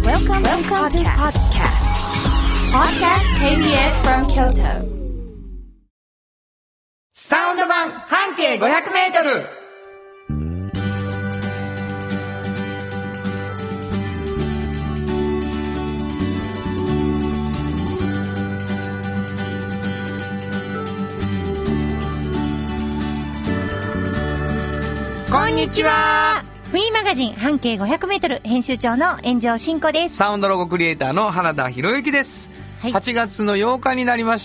Welcome to podcast KBS from Kyoto. サウンド版半径500メートル。こんにちは。 フリーマガジン半径500メートル編集長の炎上真子です。 サウンドロゴクリエイターの原田博之です。 はい、 8月の8日になりました。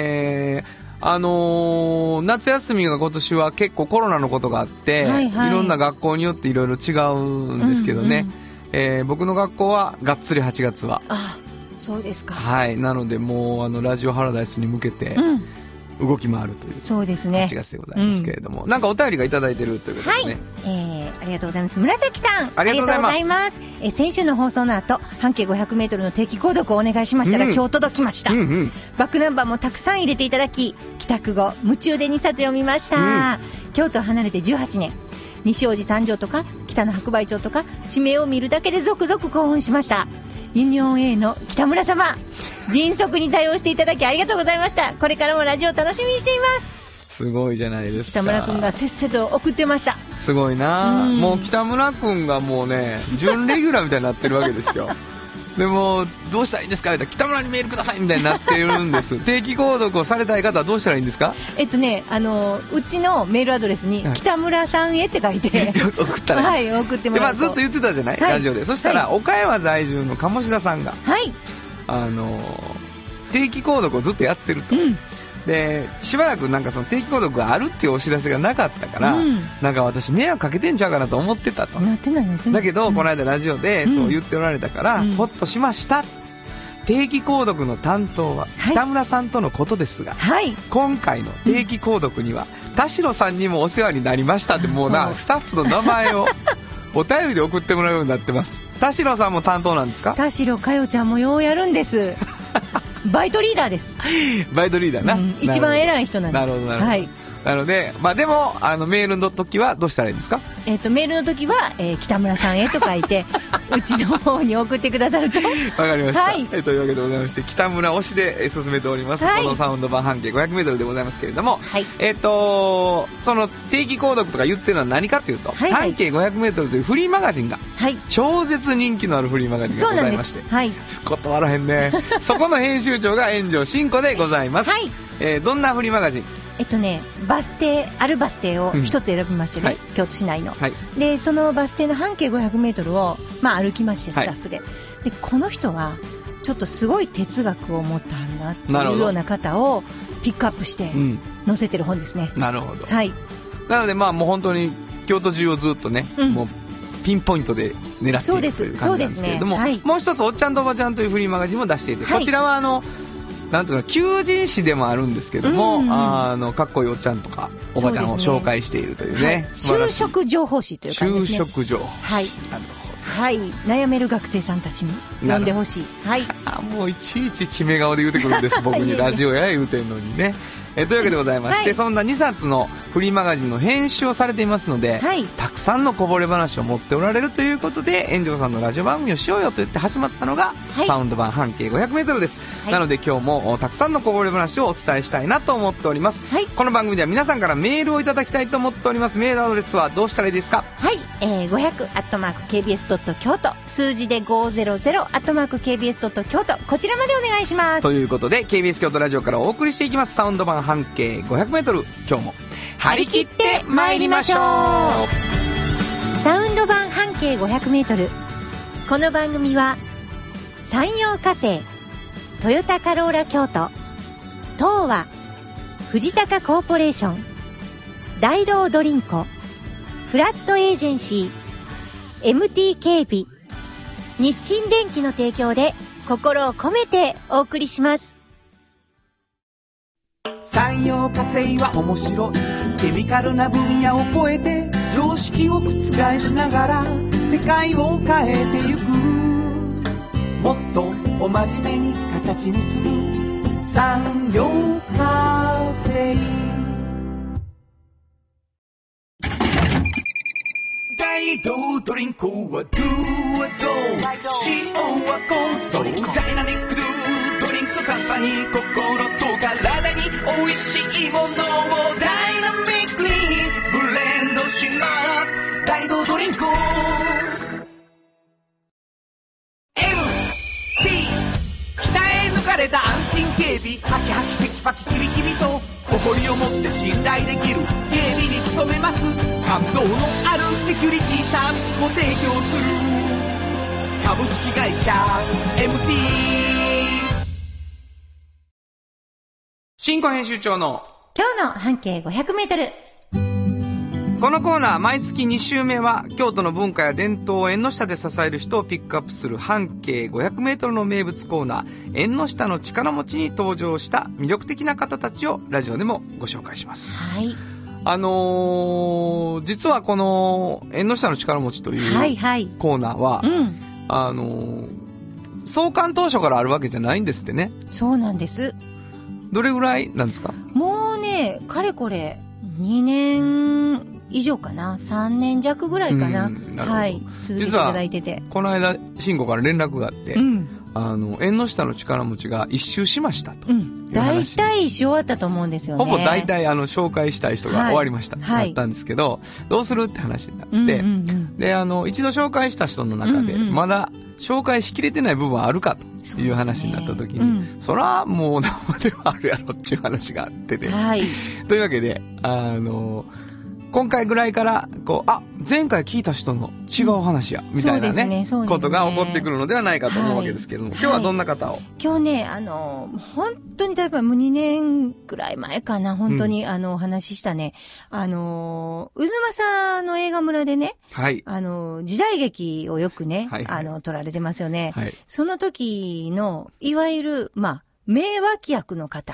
夏休みが今年は結構コロナのことがあって、はいはい、いろんな学校によっていろいろ違うんですけどね、僕の学校はがっつり8月は。 あ、そうですか。 はい、なのでもうラジオハラダイスに向けて、動き回るという、 そうですね、 8月でございますけれども、なんかお便りがいただいているということですね。 はい、ありがとうございます。紫さん、 ありがとうございます。 先週の放送の後、半径500メートルの定期購読をお願いしましたら、今日届きました。バックナンバーもたくさん入れていただき、帰宅後夢中で2冊読みました。京都を離れて18年、西大路三条とか北の白梅町とか地名を見るだけでゾクゾク興奮しました。ユニオン A の北村様、迅速に対応していただきありがとうございました。これからもラジオ楽しみにしています。 すごいじゃないですか。 北村くんがせっせと送ってました。 すごいな。もう北村くんがもうね、準レギュラーみたいになってるわけですよ。でもどうしたらいいんですか、北村にメールくださいみたいになってるんです。定期購読をされたい方はどうしたらいいんですか。 うちのメールアドレスに北村さんへって書いて送ったら、 はい、送ってもらうと。 ずっと言ってたじゃない、ラジオで。そしたら、岡山在住の鴨志田さんが、定期購読をずっとやってると、でしばらくなんかその定期購読があるっていうお知らせがなかったから、なんか私迷惑かけてんちゃうかなと思ってたと。 なってないだけど、この間ラジオでそう言っておられたから、ほっとしました。定期購読の担当は北村さんとのことですが、今回の定期購読には田代さんにもお世話になりましたって、もうな、スタッフの名前をお便りで送ってもらうようになってます。田代さんも担当なんですか。 田代佳代ちゃんもようやるんです。バイトリーダーです。 バイトリーダーな、 一番偉い人なんです。 なるほどなるほど、はい、なので、でもメールの時はどうしたらいいんですか。 メールの時は、北村さんへと書いてうちの方に送ってくださると。わかりました、というわけでございまして、北村推しで進めております、このサウンド版半径 500m でございますけれども、その定期購読とか言ってるのは何かというと、半径 500m というフリーマガジンが、超絶人気のあるフリーマガジンがございまして、断らへんねそこの編集長が炎上真子でございます。どんなフリーマガジン。 バス停、あるバス停を一つ選びましてね、京都市内の、でそのバス停の半径 500m を、歩きまして、スタッフで、でこの人はちょっとすごい哲学を持ってあるなっていうような方をピックアップして載せてる本ですね。 なるほど、なのでもう本当に京都中をずっとね、もうピンポイントで狙っているという感じなんですけれども、もう一つおっちゃんとおばちゃんというフリーマガジンも出していて、こちらはなんていうの、求人誌でもあるんですけども、かっこいいおっちゃんとかおばちゃんを紹介しているというね、 就職情報誌という感じですね。 就職情報誌、 悩める学生さんたちに読んでほしい。 もういちいち決め顔で言うてくるんです僕にラジオや言うてんのにね。というわけでございまして、そんな2冊のフリーマガジンの編集をされていますので、たくさんのこぼれ話を持っておられるということで、炎上さんのラジオ番組をしようよと言って始まったのが、サウンド版半径 500m です。なので今日もたくさんのこぼれ話をお伝えしたいなと思っております。この番組では皆さんからメールをいただきたいと思っております。メールアドレスはどうしたらいいですか。 500@kbs.kyoto、数字で500@kbs.kyoto、こちらまでお願いします。 ということで KBS 京都ラジオからお送りしていきます、サウンド版半径 500m、 今日も張り切って参りましょう。 サウンド版半径 500m、 この番組は山陽火星、トヨタカローラ京都、東和、藤高コーポレーション、大道ドリンコ、フラットエージェンシー、MT 警備、日清電機の提供で心を込めてお送りします。 産業化成は面白い。ケミカルな分野を超えて常識を覆しながら世界を変えてゆく。もっとお真面目に形にする産業化成。大道ドリンクはドゥはド塩コンソールダイナミックドゥドリンクとカンパニー心と体に美味しいものをダイナミックにブレンドします大道ドリンク鍛え抜かれた安心警備ハキハキテキパキキビキビと誇りを持って信頼できる警備に努めます感動のあるセキュリティサービスも提供する株式会社 MT 新庫編集長の今日の半径500メートル。 このコーナー毎月2週目は京都の文化や伝統を縁の下で支える人をピックアップする半径500メートルの名物コーナー縁の下の力持ちに登場した魅力的な方たちをラジオでもご紹介します、 はい、 実はこの縁の下の力持ちというコーナーは、創刊当初からあるわけじゃないんですってね。 そうなんです。 どれぐらいなんですか？ もうねかれこれ2年以上かな、3年弱ぐらいかな、はい、続けていただいてて、 この間慎吾から連絡があって、縁の下の力持ちが一周しましたと、 大体一周終わったと思うんですよね。 ほぼ大体紹介したい人が終わりました、だったんですけど、どうするって話になって、で一度紹介した人の中で、まだ紹介しきれてない部分はあるかという話になった時に、そらもう生ではあるやろっていう話があってね、というわけで今回ぐらいから前回聞いた人の違う話やみたいなね、ことが起こってくるのではないかと思うわけですけども、今日はどんな方を？今日ね本当にだいぶもう2年ぐらい前かな、本当にお話ししたね、渦政の映画村でね、時代劇をよくね、撮られてますよね、その時のいわゆる名脇役の方、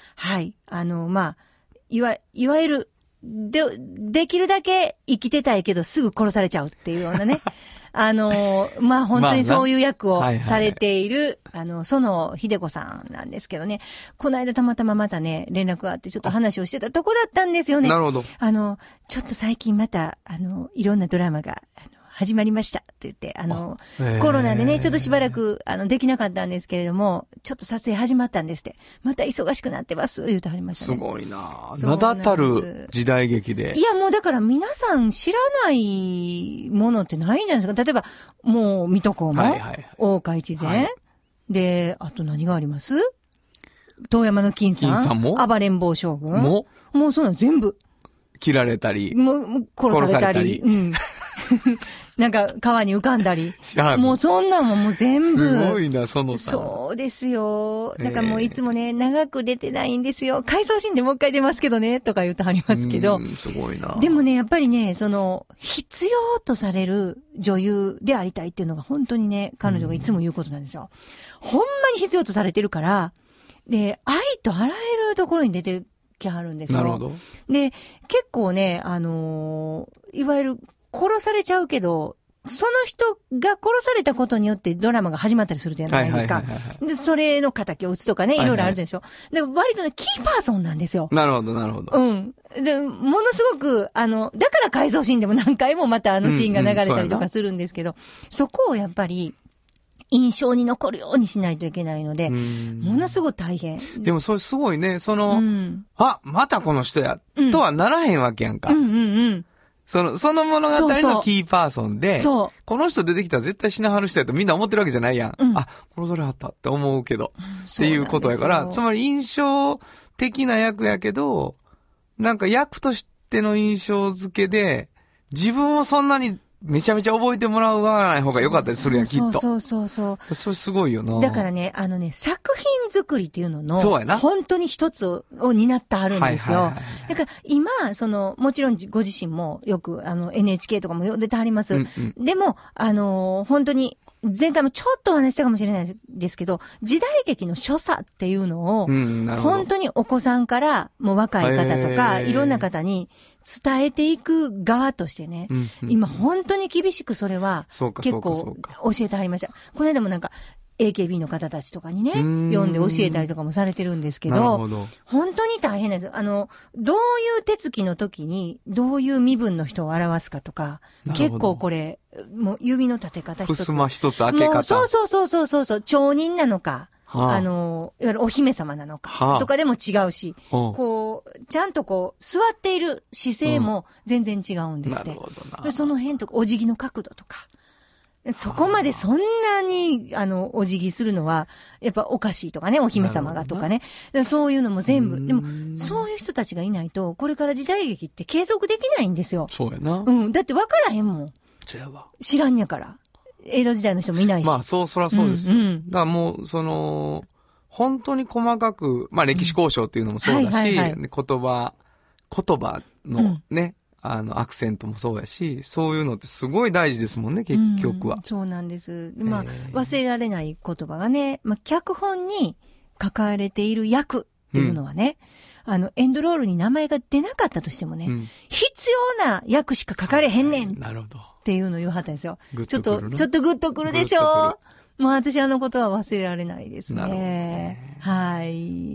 いわゆるできるだけ生きてたいけどすぐ殺されちゃうっていうようなね。本当にそういう役をされている、園秀子さんなんですけどね。この間たまたままたね、連絡があってちょっと話をしてたとこだったんですよね。 なるほど。 ちょっと最近また、いろんなドラマが、始まりましたって言って、コロナでね、ちょっとしばらく、できなかったんですけれども、ちょっ撮影始まったんですって。また忙しくなってます、言うてはりましたね。 すごいな名だたる時代劇で。 いや、もうだから皆さん知らないものってないんじゃないですか。例えば、もう、水戸黄門、大岡越前、で、あと何があります？遠山の金さんも暴れん坊将軍もうそんなの全部。 切られたり。 もう殺されたり。なんか川に浮かんだり。もうそんなんもう全部。 すごいな、そのさ。 そうですよ。だからもういつもね、長く出てないんですよ。回想シーンでもう一回出ますけどね、とか言うとはりますけど。 すごいな。 でもね、やっぱりね、必要とされる女優でありたいっていうのが本当にね、彼女がいつも言うことなんですよ。ほんまに必要とされてるから、で、ありとあらゆるところに出てきはるんですよ。 なるほど。 で、結構ね、いわゆる殺されちゃうけど、その人が殺されたことによってドラマが始まったりするじゃないですか。で、それの仇を打つとかね、いろいろあるでしょ。で、割とね、キーパーソンなんですよ。 なるほど、なるほど。 で、ものすごく、だから回想シーンでも何回もまたシーンが流れたりとかするんですけど、そこをやっぱり、印象に残るようにしないといけないので、ものすごく大変。 でもそれすごいね、またこの人や、とはならへんわけやんか。その物語のキーパーソンで、この人出てきたら絶対死なはる人やとみんな思ってるわけじゃないやん。殺されはったって思うけど、っていうことやから、つまり印象的な役やけど、なんか役としての印象付けで、自分をそんなにめちゃめちゃ覚えてもらわない方が良かったりするやん、きっと。 そう。それすごいよな。 だからね、作品作りっていうのの、本当に一つを担ってあるんですよ。だから今、もちろんご自身もよく、NHK とかも出てはります。でも、本当に、前回もちょっとお話したかもしれないですけど、時代劇の所作っていうのを、本当にお子さんからもう若い方とか、いろんな方に伝えていく側としてね、今本当に厳しくそれは結構教えてはりました。この間もなんか、 AKB の方たちとかにね、読んで教えたりとかもされてるんですけど、 なるほど。 本当に大変なんですよ。どういう手つきの時に、どういう身分の人を表すかとか、結構これ、もう指の立て方一つ。 襖一つ開け方。 そう、町人なのか、いわゆるお姫様なのか、とかでも違うし、こう、ちゃんとこう、座っている姿勢も全然違うんですって。 なるほどな。 その辺とか、お辞儀の角度とか。そこまでそんなに、お辞儀するのは、やっぱおかしいとかね、お姫様がとかね。そういうのも全部。でも、そういう人たちがいないと、これから時代劇って継続できないんですよ。 そうやな。 だって分からへんもん。 そうやわ。 知らんやから。江戸時代の人もいないし。 まあ、そらそうです。だからもう、本当に細かく、まあ、歴史交渉っていうのもそうだし、言葉のね、アクセントもそうやし、そういうのってすごい大事ですもんね、結局は。 そうなんです。まあ、忘れられない言葉がね、まあ、脚本に書かれている役っていうのはね、エンドロールに名前が出なかったとしてもね、必要な役しか書かれへんねん。 なるほど。 っていうのを言わはったんですよ。ちょっとグッとくるでしょ。もう私ことは忘れられないですね。 なるほどね。 はい。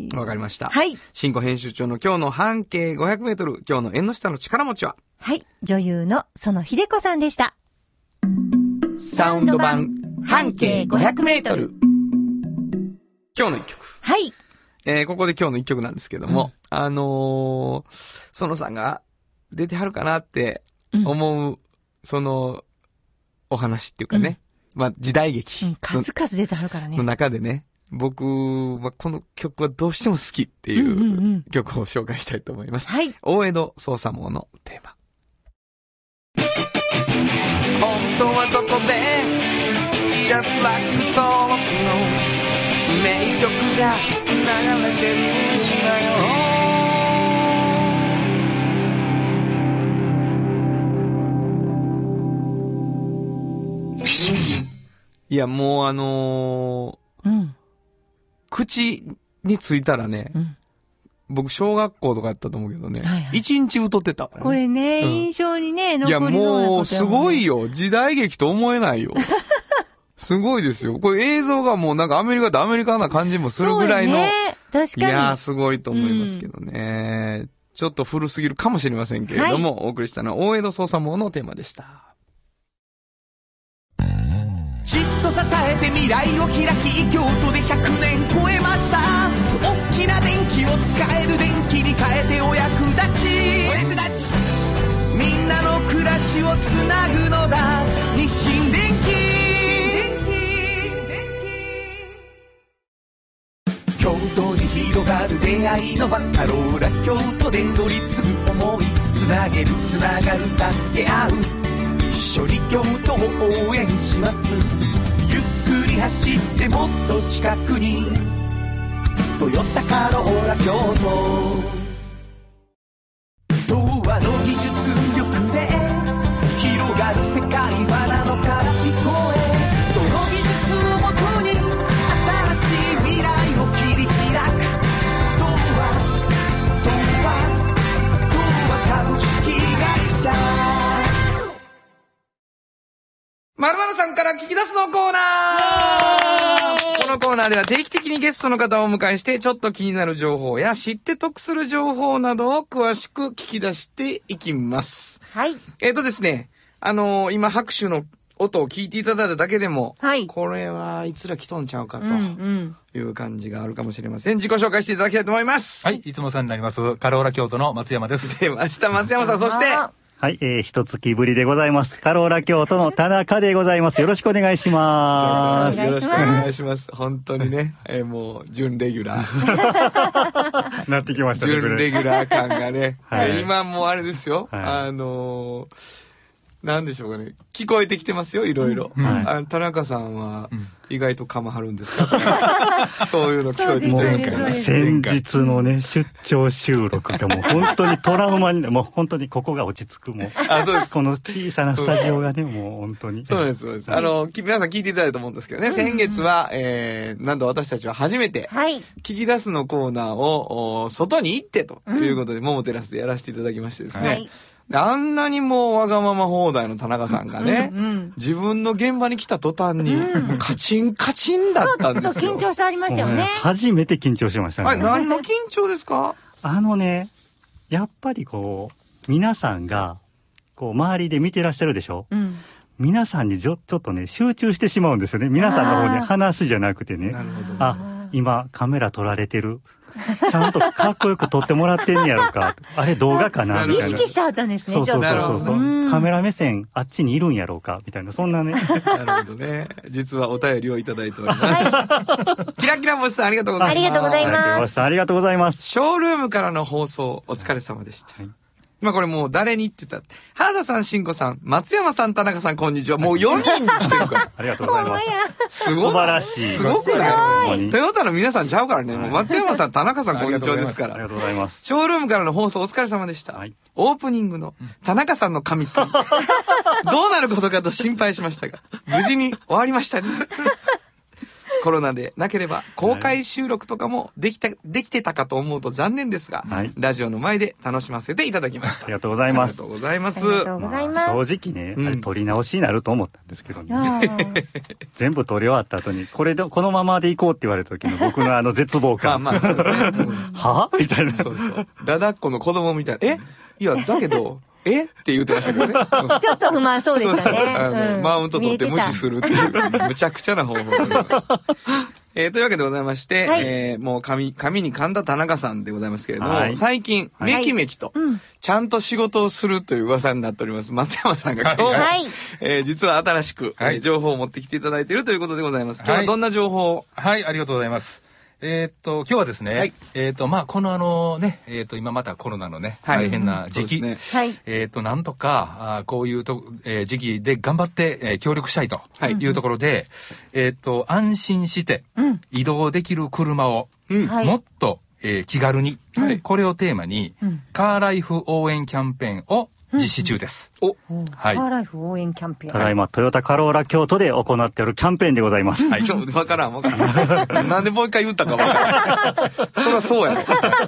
わかりました。 はい。 新語編集長の今日の半径500メートル、今日の縁の下の力持ちは？ はい。女優の園秀子さんでした。 サウンド版半径500メートル。今日の一曲。 はい。 ここで今日の一曲なんですけども、園さんが出てはるかなって思う、お話っていうかね。まあ、時代劇。 数々出てはるからね。 の中でね、僕はこの曲はどうしても好きっていう曲を紹介したいと思います。 はい。 大江戸捜査網のテーマ。本当はどこで Just like 登録の名曲が流れてるんだよ。いや、もう口についたらね、僕小学校とかやったと思うけどね、一日太ってたからね。 これね、印象にね、残りのいや、もうすごいよ。時代劇と思えないよ。すごいですよ。これ映像がもうなんかアメリカな感じもするぐらいの。 そうね、確かに。 いや、すごいと思いますけどね。ちょっと古すぎるかもしれませんけれども、お送りしたのは大江戸捜査網のテーマでした。 じっと支えて未来を開き京都で100年超えました。大きな電気を使える電気に変えてお役立ちみんなの暮らしをつなぐのだ日清電気。京都に広がる出会いの場カローラ京都で乗り継ぐ思いつなげるつながる助け合う一緒に京都を応援します。ゆっくり走ってもっと近くにトヨタカローラ京都。東和の技術力で広がる世界はなのから聞こえ。その技術をもとに新しい未来を切り開く。東和株式会社。 〇〇さんから聞き出すのコーナー。このコーナーでは定期的にゲストの方をお迎えしてちょっと気になる情報や知って得する情報などを詳しく聞き出していきます。 はい。 ですね、今拍手の音を聞いていただいただけでも、 はい、 これはいつら来とんちゃうかという感じがあるかもしれません。自己紹介していただきたいと思います。 はい、いつもお世話になりますカローラ京都の松山です。 出ました、松山さん。そしてはい、一月ぶりでございます。カローラ京都の田中でございます。よろしくお願いします。 よろしくお願いします。本当にね、もう、準レギュラー。 なってきましたね。 準レギュラー感がね。 はい、 今もうあれですよ。 はい、 なんでしょうかね。聞こえてきてますよ、いろいろ。田中さんは、意外と構はるんですかそういうの聞こえてきてますからね。 先日のね、出張収録がもう本当にトラウマにもう本当にここが落ち着くもう。 そうです。 この小さなスタジオがね、もう本当に。 そうです、そうです。皆さん聞いていただいたと思うんですけどね、先月は、なんと私たちは初めて、聞き出すのコーナーを、外に行ってということで、桃テラスでやらせていただきましてですね。 あんなにもうわがまま放題の田中さんがね、自分の現場に来た途端に、カチンカチンだったんですよ。 ちょっと緊張してありましたよね。 初めて緊張しましたね。 あれ、何の緊張ですか？ やっぱりこう、皆さんが、こう、周りで見てらっしゃるでしょ？皆さんにちょっとね、集中してしまうんですよね。皆さんの方に話すじゃなくてね。 なるほど。 あ、今カメラ撮られてる。ちゃんとかっこよく撮ってもらってんやろか。あれ動画かなみたいな。 意識してあったんですね。 そう。カメラ目線あっちにいるんやろうかみたいな、そんなね。 なるほどね。実はお便りをいただいております。キラキラ星さんありがとうございます。 ありがとうございます。 ありがとうございます。 ショールームからの放送お疲れ様でした。今これもう誰にって言ったら、原田さん、慎吾さん、松山さん、田中さん、こんにちは。もう4人に来てるから。 ありがとうございます。 すごい。 素晴らしい。 すごくないトヨタの皆さんちゃうからね。もう松山さん、田中さん、こんにちはですから。 ありがとうございます。 ショールームからの放送お疲れ様でした。オープニングの田中さんの神っぷり。どうなることかと心配しましたが、無事に終わりましたね。コロナでなければ公開収録とかもできてたかと思うと残念ですが、ラジオの前で楽しませていただきました。 ありがとうございます。 ありがとうございます。 正直ね、あれ撮り直しになると思ったんですけどね。全部撮り終わった後に、このままでいこうって言われた時の僕の絶望感。 まあそうですね。 はみたいな。 そうそう。だだっこの子供みたいな。いや、だけど、って言ってましたけどね。 ちょっと不満そうでしたね。 マウント取って無視するっていう、むちゃくちゃな方法でございます。というわけでございまして、もう紙に噛んだ田中さんでございますけれども、最近、めきめきと、ちゃんと仕事をするという噂になっております、松山さんが今日も、実は新しく、情報を持ってきていただいているということでございます。今日はどんな情報を？ はい、ありがとうございます。今日はですね、この今またコロナのね、大変な時期、なんとか、こういう時期で頑張って、協力したいというところで、安心して移動できる車を、もっと、気軽に、これをテーマに、カーライフ応援キャンペーンを実施中です。 カーライフ応援キャンペーン。 ただいまトヨタカローラ京都で行っているキャンペーンでございます。 わからん。なんでもう一回言ったかわからん。そりゃそうやろ。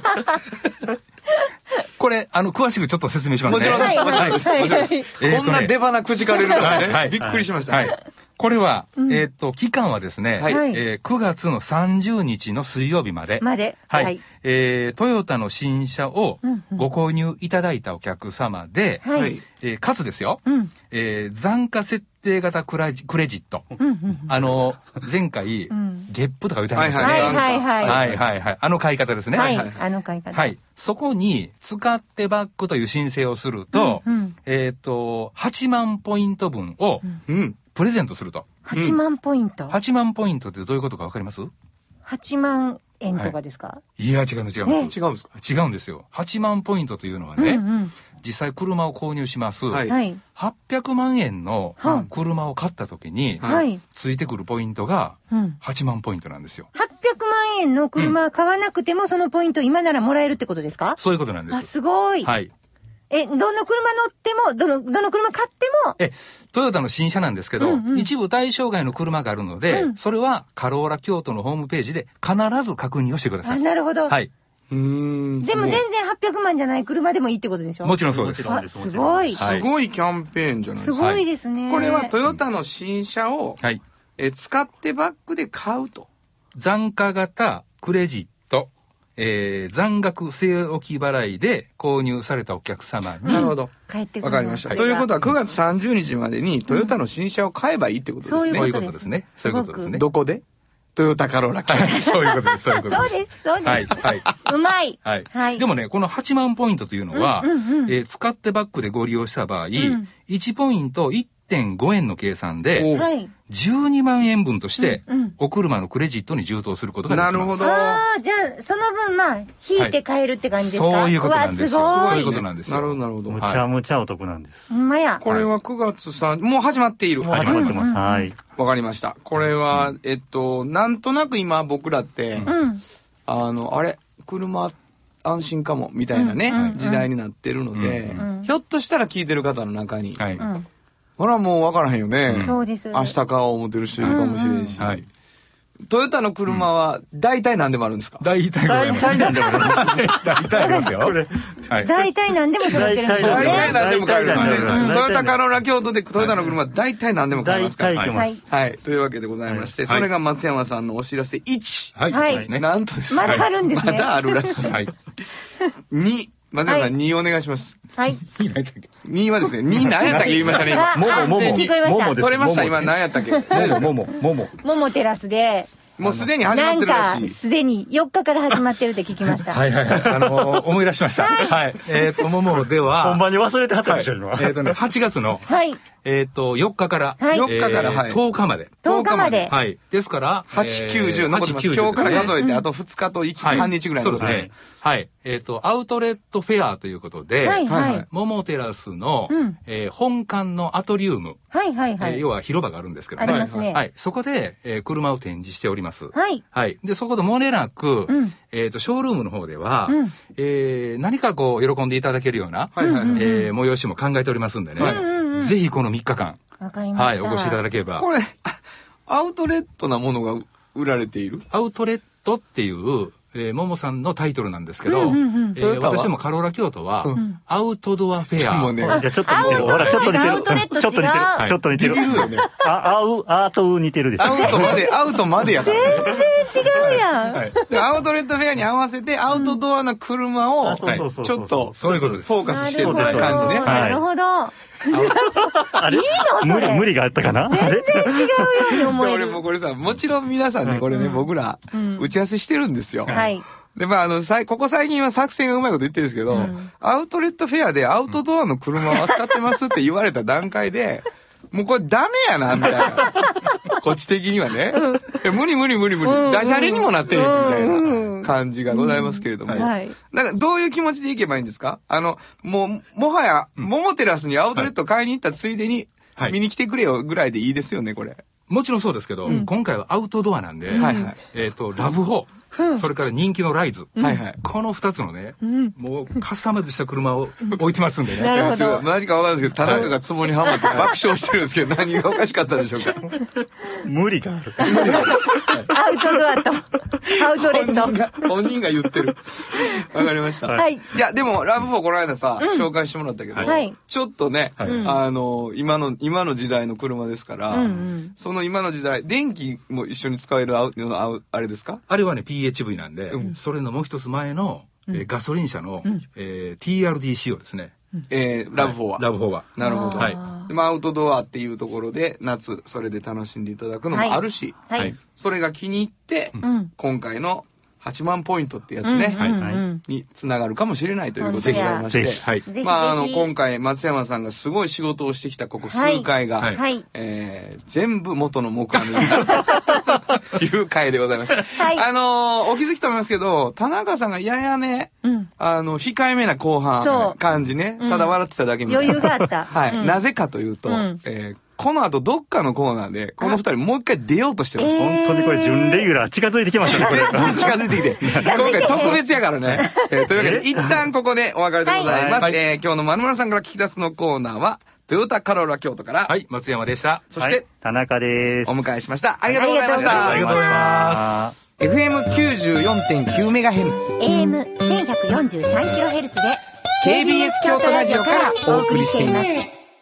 これ詳しくちょっと説明しますね。 もちろんです。もちろんです。こんな出花くじかれるからね。びっくりしました。 これは、期間はですね、9月の30日の水曜日まで。トヨタの新車をご購入いただいたお客様で、かつですよ、残価設定型クレジット。前回、ゲップとか言ってましたね。買い方ですね。 買い方。 そこに、使ってバックという申請をすると、8万ポイント分を、プレゼントすると。 8万ポイント。 8万ポイントってどういうことかわかります？ 8 万円とかですか？ いや、違うんですか？違うんですよ。8万ポイントというのはね、実際車を購入します。800万円の車を買った時に、ついてくるポイントが8万ポイントなんですよ。 800万円の車買わなくてもそのポイント今ならもらえるってことですか？ そういうことなんです。 すごい。どの車乗っても、どの車買ってもトヨタの新車なんですけど、一部対象外の車があるので、それはカローラ京都のホームページで必ず確認をしてください。 なるほど。 はい。 でも全然800万じゃない車でもいいってことでしょ？ もちろんそうです。 すごい。 すごいキャンペーンじゃないですか。 すごいですね。 これはトヨタの新車を、使ってバックで買うと。 残価型クレジット。残額据え置き払いで購入されたお客様に。 なるほど。 帰ってくる。 わかりました。ということは9月30日までにトヨタの新車を買えばいいってことですね。 そういうことですね。そういうことですね。 どこで？トヨタカローラ京都。 そういうことです。そういうことです。 そうです。そうです。はい。うまい。 はい。でもね、この8万ポイントというのは、使ってバックでご利用した場合、1ポイント1.5 円の計算で、12万円分として、お車のクレジットに充当することができます。 なるほど。 じゃあ、その分、引いて買えるって感じですか？ そういうことなんですよ。そういうことなんですよ。 なるほど、なるほど。 むちゃむちゃお得なんです。 ほんまや。 これは9月3、もう始まっている。 始まってます。はい。 わかりました。これは、なんとなく今僕らって、あれ、車、安心かも、みたいなね、時代になってるので、ひょっとしたら聞いてる方の中に、これはもう分からへんよね。 そうです。 明日買おう思ってる人いるかもしれんし。 トヨタの車は大体何でもあるんですか？ 大体何でもあります。大体ありますよ。 大体何でも揃ってるんですよね。 大体何でも買えるんですね。トヨタカローラ京都でトヨタの車は大体何でも買えますから。はい。というわけでございまして、それが松山さんのお知らせ1。 はい。 なんとですね。 まだあるんですね。 まだあるらしい。2。松山さん2お願いします。 はい。 2はですね、2何やったっけ言いましたね、今。 もも取れました今何やったっけもテラスで。 もうすでに始まってるらしい。 なんか、すでに4日から始まってるって聞きました。 はい。思い出しました。はい。ももでは、 本番に忘れてはったでしょ、今。 8月の、4日から、10日まで。 10日まで。 はい。ですから、 8、9、10残ってます。今日から数えて、あと2日と半日ぐらい残ってます。 はい。アウトレットフェアということで、モモテラスの、本館のアトリウム。要は広場があるんですけどね。ありますね。 はい。そこで、車を展示しております。 はい。 はい。で、そこでもれなく、ショールームの方では、何かこう、喜んでいただけるような、催しも考えておりますんでね。ぜひこの3日間、はい、お越しいただければ。 これ、アウトレットなものが売られている？ アウトレットっていう、ももさんのタイトルなんですけど、私どもカローラ京都は、アウトドアフェア。 もうね、いや、ちょっと似てる。ほら、ちょっと似てる。ちょっと似てる。ちょっと似てる。アート似てるでしょ。 アウトまでやから。 全然違うやん。 アウトレットフェアに合わせて、アウトドアな車を、ちょっと、 そういうことです。 フォーカスしてる感じね。 なるほど。 あれいいのそれ無理があったかな全然違うように思える。 俺もこれさ、もちろん皆さんね、これね、僕ら、打ち合わせしてるんですよ。 はい。 で、ここ最近は作戦がうまいこと言ってるんですけど、アウトレットフェアでアウトドアの車を扱ってますって言われた段階で、もうこれダメやな、みたいな。こっち的にはね。無理。ダジャレにもなってるし、みたいな感じがございますけれども。なんかどういう気持ちで行けばいいんですか？もはや、モモテラスにアウトレット買いに行ったついでに、見に来てくれよぐらいでいいですよね、これ。 もちろんそうですけど、今回はアウトドアなんで、ラブ4。それから人気のライズ。この2つのね、もうカスタマイズした車を置いてますんでね。 なるほど。 何かわかんないですけど、田中がツボにはまって爆笑してるんですけど、何がおかしかったでしょうか。 無理がある。 アウトドアとアウトレット。 本人が言ってる。わかりました。 はい。 いや、でも、ラブ4この間さ、紹介してもらったけど、ちょっとね、今の時代の車ですから、その今の時代、電気も一緒に使えるあれですか？ あれはね、PHV なんで、それのもう一つ前の、ガソリン車の、TRD 仕様ですね。 ラブ4は。 ラブ4は。 なるほど。アウトドアっていうところで、夏、それで楽しんでいただくのもあるし、それが気に入って、今回の8万ポイントってやつね、につながるかもしれないということでございまして、今回松山さんがすごい仕事をしてきたここ数回が、全部元の木阿弥になるという回でございました。お気づきと思いますけど、田中さんがややね、控えめな後半感じね、ただ笑ってただけみたいな。 余裕があった。 はい。なぜかというと、この後どっかのコーナーで、この二人もう一回出ようとしてます。 本当にこれ準レギュラー近づいてきましたね、これ。 近づいてきて。今回特別やからね。というわけで、一旦ここでお別れでございます。今日の丸村さんから聞き出すのコーナーは、トヨタカローラ京都から。 はい、松山でした。 そして、 田中です。 お迎えしました。ありがとうございました。 ありがとうございます。 FM94.9MHz。 AM1143kHz で、 KBS 京都ラジオからお送りしています。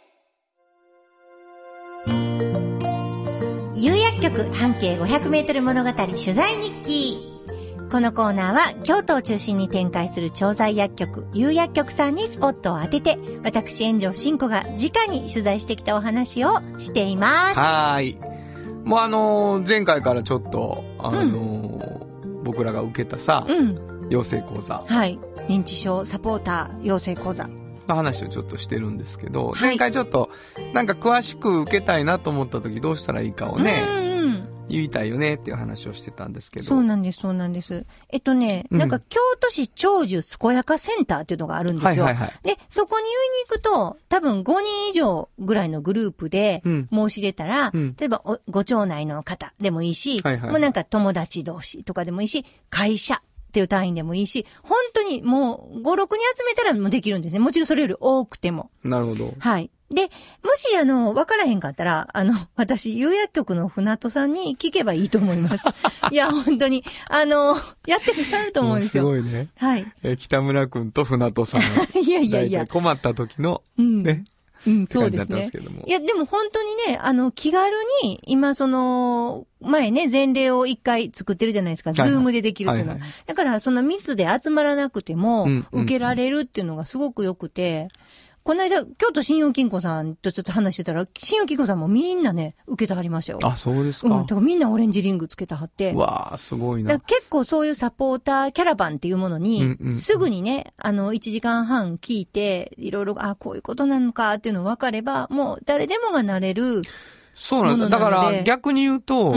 有薬局半径500メートル物語取材日記。このコーナーは京都を中心に展開する調剤薬局有薬局さんにスポットを当てて、私炎上真子が直に取材してきたお話をしています。 はい。もう前回からちょっと僕らが受けたさ、養成講座。 はい。認知症サポーター養成講座。 の話をちょっとしてるんですけど、前回ちょっとなんか詳しく受けたいなと思った時どうしたらいいかをね、言いたいよねっていう話をしてたんですけど。 そうなんです。なんか京都市長寿健やかセンターっていうのがあるんですよ。で、そこに言いに行くと、多分5人以上ぐらいのグループで申し出たら、例えばご町内の方でもいいし、もうなんか友達同士とかでもいいし、会社っていう単位でもいいし、本当にもう5、6人集めたらもうできるんですね。もちろんそれより多くても。 なるほど。 はい。 で、もしわからへんかったら、私、有薬局の船戸さんに聞けばいいと思います。いや、本当に、やってくれると思うんですよ。 すごいね。 はい。 北村くんと船戸さん。 いやいやいや。 困った時の、ね。 うん、そうですね。いや、でも本当にね、気軽に、今前ね、前例を1回作ってるじゃないですか。ズームでできるっていうのは。だから、密で集まらなくても、受けられるっていうのがすごく良くて、この間、京都信用金庫さんとちょっと話してたら、信用金庫さんもみんなね、受けてはりましたよ。 あ、そうですか。 だからみんなオレンジリングつけてはって。 わー、すごいな。 結構そういうサポーターキャラバンっていうものに、すぐにね、1時間半聞いて、いろいろ、こういうことなのかっていうの分かれば、もう誰でもがなれる。 そうなんだ。だから逆に言うと、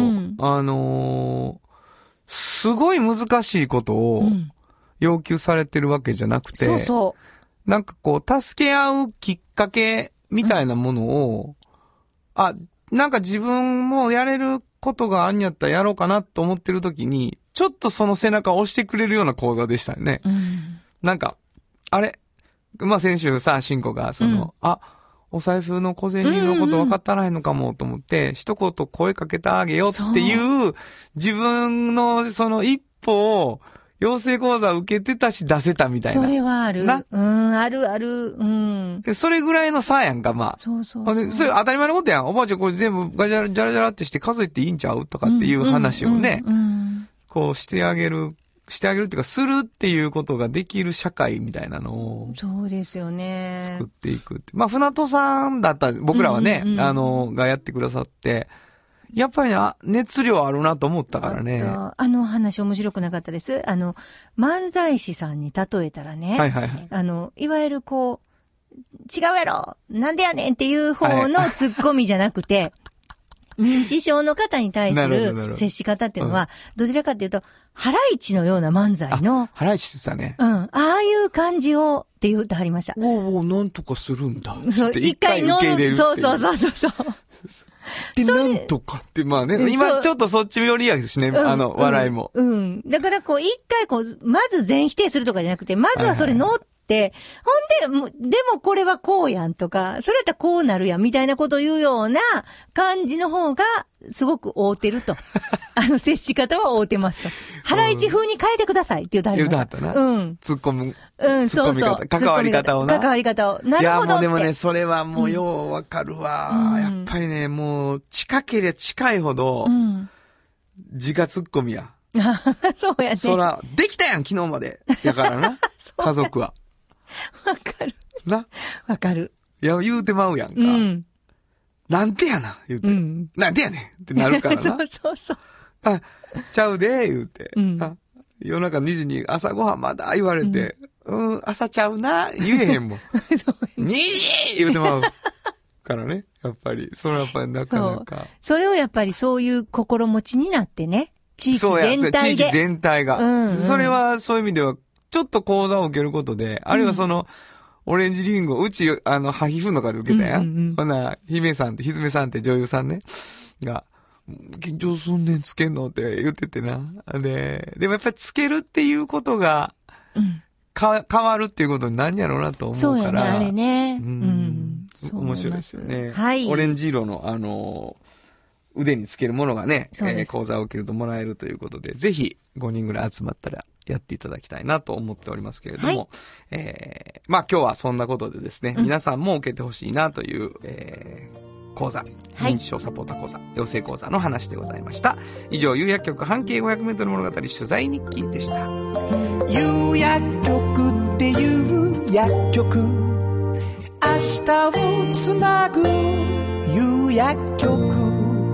すごい難しいことを要求されてるわけじゃなくて、 そうそう。 なんかこう、助け合うきっかけみたいなものを、なんか自分もやれることがあんやったらやろうかなと思ってる時に、ちょっとその背中を押してくれるような講座でしたよね。なんか、先週さ、しんこが、お財布の小銭のこと分かったらへんのかもと思って、一言声かけてあげようっていう、自分のその一歩を、養成講座受けてたし出せたみたいな。 それはある。あるある。 それぐらいの差やんか、まあ。 そう。それ当たり前のことやん。おばあちゃんこれ全部ガジャラジャラジャラってして数えていいんちゃうとかっていう話をね、こうしてあげるっていうか、するっていうことができる社会みたいなのを。 そうですよね。 作っていくって。まあ、船戸さんだったら、僕らはね、がやってくださって、やっぱり熱量あるなと思ったからね。 話面白くなかったです。漫才師さんに例えたらね。いわゆるこう、違うやろなんでやねんっていう方のツッコミじゃなくて、認知症の方に対する接し方っていうのは、どちらかというと、ハライチのような漫才の。 ハライチって言ったね。 ああいう感じをって言ってはりました。 なんとかするんだ。 一回受け入れる。そう。 で、なんとかって、まあね、今ちょっとそっち寄りやしね、笑いも。 だからこう、一回こう、まず全否定するとかじゃなくて、まずはそれ乗って、ほんで、でもこれはこうやんとか、それやったらこうなるやんみたいなことを言うような感じの方が、すごく合うてると。接し方は合うてますと。ハライチ風に変えてくださいって言うたはりました。 言うたったな。突っ込む。 そう。 関わり方をな。 関わり方を。なるほど。いや、 もうでもね、それはもうようわかるわ。やっぱりね、もう、近ければ近いほど、自家突っ込みや。 そうやね。 そら、できたやん、昨日まで。やからな。家族は。 わかる。 な。 わかる。 いや、言うてまうやんか。なんでやな、言うて。なんでやねんってなるからな。 そう。 ちゃうで、言うて。夜中2時に朝ごはんまだ言われて、朝ちゃうな、言えへんもん。2時言うてまう。からね。やっぱり、それはやっぱりなかなか。 それをやっぱりそういう心持ちになってね。地域全体で。 地域全体が。それはそういう意味では、ちょっと講座を受けることで、あるいはオレンジリンゴ、うち、ハヒフの中で受けたやん。ほな、ひめさんって女優さんね、が、緊張すんねんつけんのって言っててな。でもやっぱりつけるっていうことが、変わるっていうことになんやろうなと思うから。 そうやね、あれね。 面白いですよね。 はい。 オレンジ色の、腕につけるものがね、講座を受けるともらえるということで、ぜひ5人ぐらい集まったらやっていただきたいなと思っておりますけれども、まあ今日はそんなことでですね、皆さんも受けてほしいなという、講座、認知症サポーター講座、養成講座の話でございました。以上、有薬局半径500メートル物語取材日記でした。 有薬局っていう薬局、明日をつなぐ有薬局。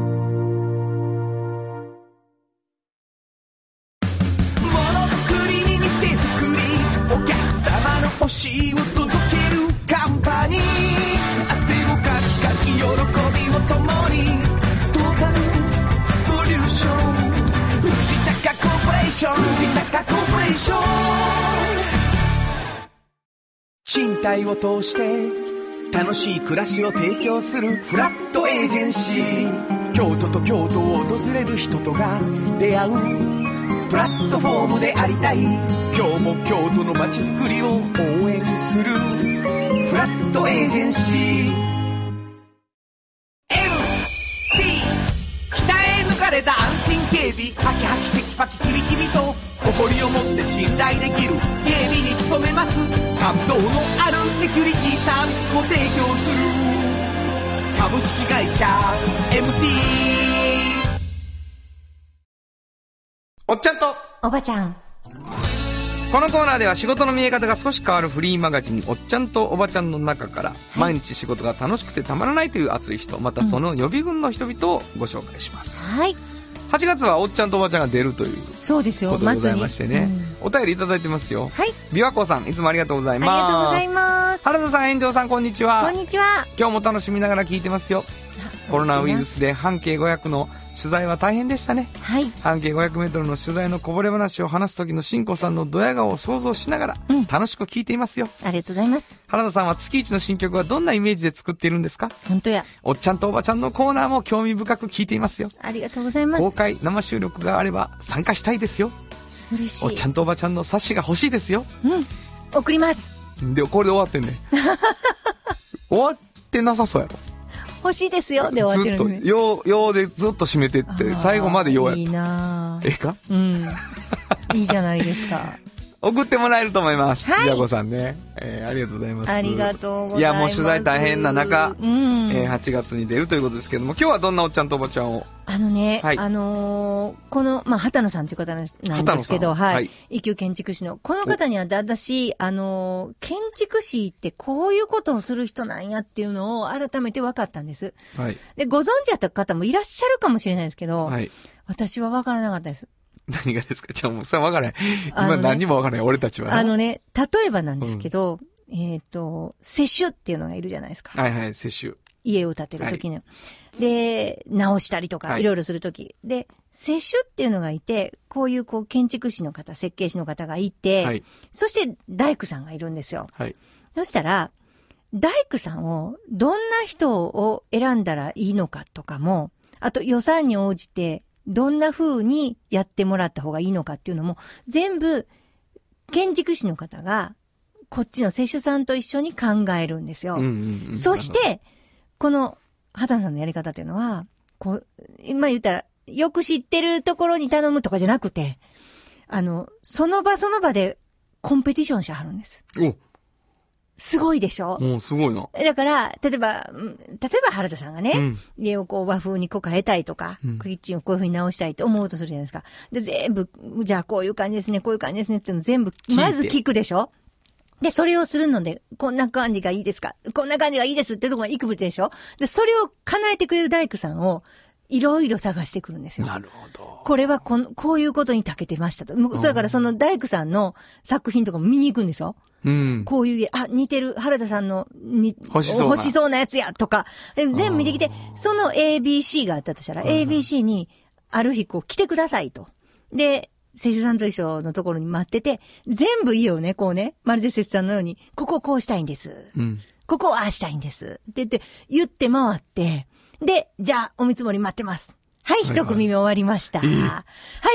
欲しいを届けるカンパニー、汗をかきかき喜びを共にトータルソリューション、藤高コーポレーション、藤高コーポレーション。賃貸を通して楽しい暮らしを提供するフラットエージェンシー、京都と京都を訪れる人とが出会うプラットフォームでありたい。今日も京都の街づくりを応援するフラットエージェンシー。 信頼できる警備に努めます。感動のあるセキュリティサービスを提供する株式会社 MT。 おっちゃんとおばちゃん。 このコーナーでは仕事の見え方が少し変わるフリーマガジンおっちゃんとおばちゃんの中から、毎日仕事が楽しくてたまらないという熱い人、またその予備軍の人々をご紹介します。 はい。 8月はおっちゃんとおばちゃんが出るというそうですよ、 ことでございましてね、お便りいただいてますよ。 はい。 琵琶湖さん、いつもありがとうございます。 ありがとうございます。 原田さん、炎上さん、こんにちは。 こんにちは。 今日も楽しみながら聞いてますよ。コロナウイルスで半径500の取材は大変でしたね。 はい。 半径500メートルの取材のこぼれ話を話す時の新子さんのドヤ顔を想像しながら、楽しく聞いていますよ。 ありがとうございます。 原田さんは月一の新曲はどんなイメージで作っているんですか？ 本当や。 おっちゃんとおばちゃんのコーナーも興味深く聞いていますよ。 ありがとうございます。 公開生収録があれば参加したいですよ。 嬉しい。 おっちゃんとおばちゃんの冊子が欲しいですよ。 送ります。 で、これで終わってんね。終わってなさそうやろ。 欲しいですよで終わってるんですね。 ずっとようでずっと締めてって最後までようやった。 いいなぁ。 ええか？ いいじゃないですか。 送ってもらえると思います。 はい。 じゃこさんね、ありがとうございます。 ありがとうございます。 いや、もう取材大変な中、8月に出るということですけども、今日はどんなおっちゃんとおばちゃんを？ はい、この、畑野さんという方なんですけど、はい。一級建築士の。この方には、私、建築士ってこういうことをする人なんやっていうのを改めて分かったんです。はい。で、ご存知だった方もいらっしゃるかもしれないですけど、はい。私は分からなかったです。 何がですか？じゃあもうそれ分からない。今何にも分からない、俺たちは。 例えばなんですけど、施主っていうのがいるじゃないですか。 はいはい、施主。 家を建てるときに。で、直したりとか、いろいろするとき。で、施主っていうのがいて、こういう建築士の方、設計士の方がいて、そして大工さんがいるんですよ。はい。そしたら、大工さんをどんな人を選んだらいいのかとかも、あと予算に応じて、どんな風にやってもらった方がいいのかっていうのも、全部、建築士の方が、こっちの施主さんと一緒に考えるんですよ。そして、この、畑野さんのやり方っていうのは、今言ったら、よく知ってるところに頼むとかじゃなくて、その場その場でコンペティションしてはるんです。すごいでしょ？ すごいな。 だから、例えば原田さんがね、家を和風に変えたいとか、キッチンをこういう風に直したいって思うとするじゃないですか。で、全部、じゃあこういう感じですね、こういう感じですねっていうのを全部、まず聞くでしょ？で、それをするので、こんな感じがいいですか？こんな感じがいいですっていうところがいくぶでしょ？で、それを叶えてくれる大工さんを、いろいろ探してくるんですよ。 なるほど。 これはこういうことに長けてましたと。だからその大工さんの作品とかも見に行くんですよ。こういう家、似てる、原田さんの欲しそうなやつやとか、全部見てきて、その ABC があったとしたら、ABC にある日来てくださいと。で、施主さんと一緒のところに待ってて、全部家をね、まるで施主さんのように、ここをこうしたいんです。ここをああしたいんです。って言って回って、で、じゃあ、お見積もり待ってます。はい、一組目終わりました。はい、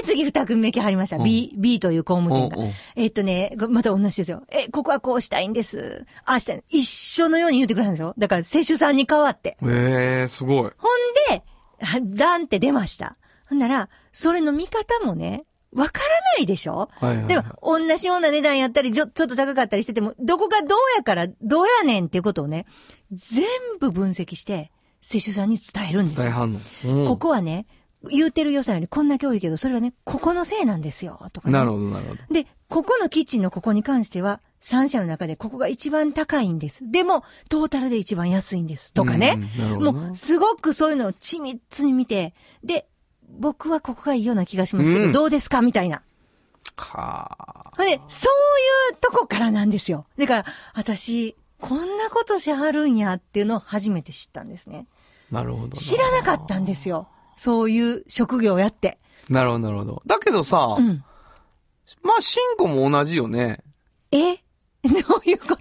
次二組目来はりました。B という工務店が。また同じですよ。ここはこうしたいんです。ああしたい。一緒のように言ってくれるんですよ。だから、施主さんに代わって。 すごい。 ほんで、ダンって出ました。ほんなら、それの見方もね、わからないでしょ？でも、同じような値段やったり、ちょっと高かったりしてても、どこがどうやから、どうやねんっていうことをね、全部分析して、施主さんに伝えるんですよ。 伝えはんの。 ここはね、言うてる予算よりこんだけ多いけど、それはね、ここのせいなんですよ、とかね。 なるほど、なるほど。 で、ここのキッチンのここに関しては、3社の中でここが一番高いんです。でも、トータルで一番安いんです。とかね。もう、すごくそういうのを緻密に見て、で、僕はここがいいような気がしますけど、どうですかみたいな。で、そういうとこからなんですよ。だから、私、こんなことしはるんやっていうのを初めて知ったんですね。 なるほど。 知らなかったんですよ。そういう職業をやって。なるほど、なるほど。だけどさ、まあ、シンゴも同じよね。 どういうこと？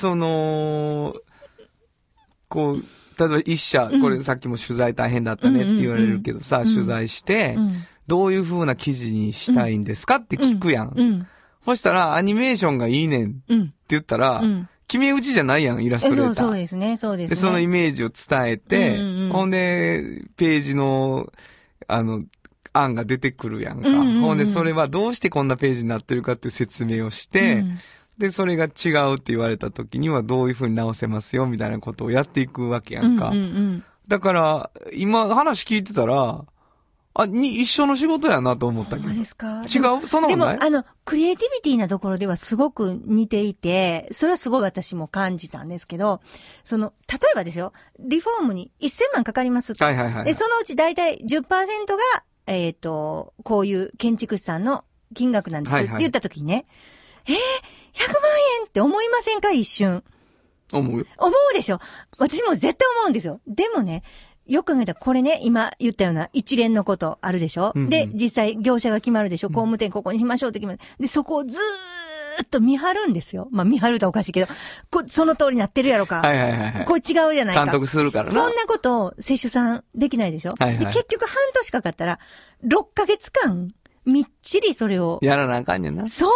例えば一社、これさっきも取材大変だったねって言われるけどさ、取材して、どういう風な記事にしたいんですかって聞くやん。そしたら、アニメーションがいいねんって言ったら、決め打ちじゃないやん、イラストレーター。 そうですね、そうですね。 で、そのイメージを伝えて、ほんで、ページの、 案が出てくるやんか。ほんで、それはどうしてこんなページになってるかっていう説明をして、で、それが違うって言われた時にはどういう風に直せますよみたいなことをやっていくわけやんか。だから、今話聞いてたら、一緒の仕事やなと思ったけど。 そうですか。 違う？そんなことない？ でも、クリエイティビティなところではすごく似ていて、それはすごい私も感じたんですけど、例えばですよ、リフォームに1000万かかりますと。で、そのうち大体 10% が、こういう建築士さんの金額なんですって言った時にね、100万円って思いませんか一瞬。 思うでしょ。私も絶対思うんですよ。でもね、よく考えたらこれね、今言ったような一連のことあるでしょ、で、実際業者が決まるでしょ、工務店ここにしましょうって決まる。で、そこをずーっと見張るんですよ。まあ見張るとおかしいけど、その通りになってるやろか。これ違うじゃないか。 監督するからな。 そんなことを施主さんできないでしょ、で、結局半年かかったら、6ヶ月間、みっちりそれを。 やらなあかんねんな。 そう。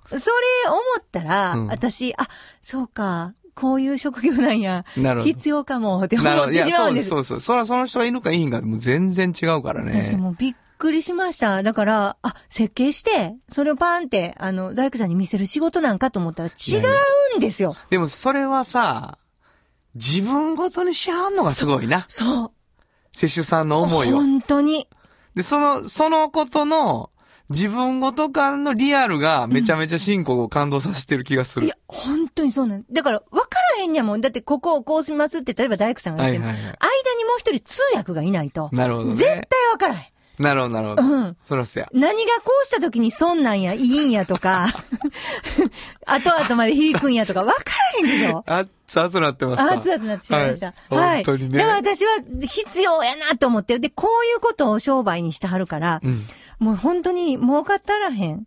それ思ったら、私、そうか。こういう職業なんや。必要かもって思ってしまうんです。 そう。そらその人がいるかいいんかもう全然違うからね。 私もびっくりしました。だから、設計して、それをパーンって、大工さんに見せる仕事なんかと思ったら違うんですよ。 でもそれはさ、自分ごとにしはんのがすごいな。 そう。 施主さんの思いを。 本当に。 で、そのことの、自分ごと間のリアルがめちゃめちゃ進行を感動させてる気がする。 いや、本当にそうなんだから、分からへんやもん。だって、ここをこうしますって、例えば大工さんが言っても、間にもう一人通訳がいないと。 なるほどね。 絶対分からへん。 なるほど。そらそや。 何がこうした時にそんなんや、いいんやとか、後々まで響くんやとか、分からへんでしょ。 熱々なってました。 熱々なってしまいました。 はい。本当にね。 だから私は必要やなと思って、で、こういうことを商売にしてはるから、もう本当に儲かったらへん。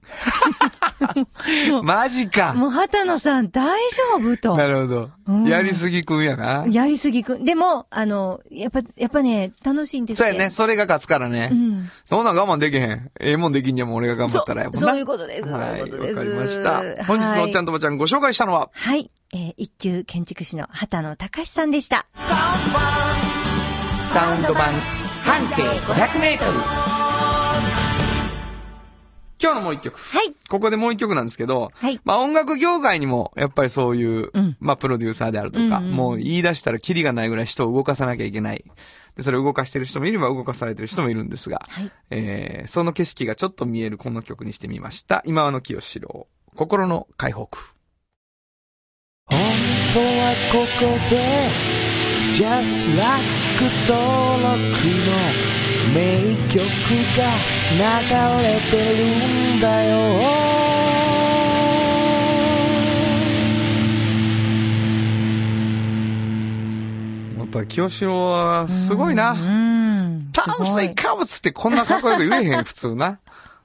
マジか。 もう畑野さん大丈夫と。 なるほど。やりすぎくんやな。 やりすぎくん。でも、やっぱね、楽しいんですよ。 そうやね。それが勝つからね。そんなん我慢できへん。もんできんにゃも俺が頑張ったらやもんな。 そういうことです。 はい。わかりました。本日のおっちゃんともちゃんご紹介したのははい。一級建築士の畑野隆さんでした。 サウンド版半径500メートル。 今日のもう一曲。 はい。 ここでもう一曲なんですけど、 はい。 まあ音楽業界にもやっぱりそういう、まあプロデューサーであるとか、もう言い出したらキリがないぐらい人を動かさなきゃいけない。で、それを動かしてる人もいれば動かされてる人もいるんですが、はい。その景色がちょっと見えるこの曲にしてみました。今和の清志郎、心の解放区。 本当はここで Just Like 登録の名曲が流れてるんだよ。 やっぱ清志郎はすごいな。炭水化物ってこんなかっこよく言えへん普通な。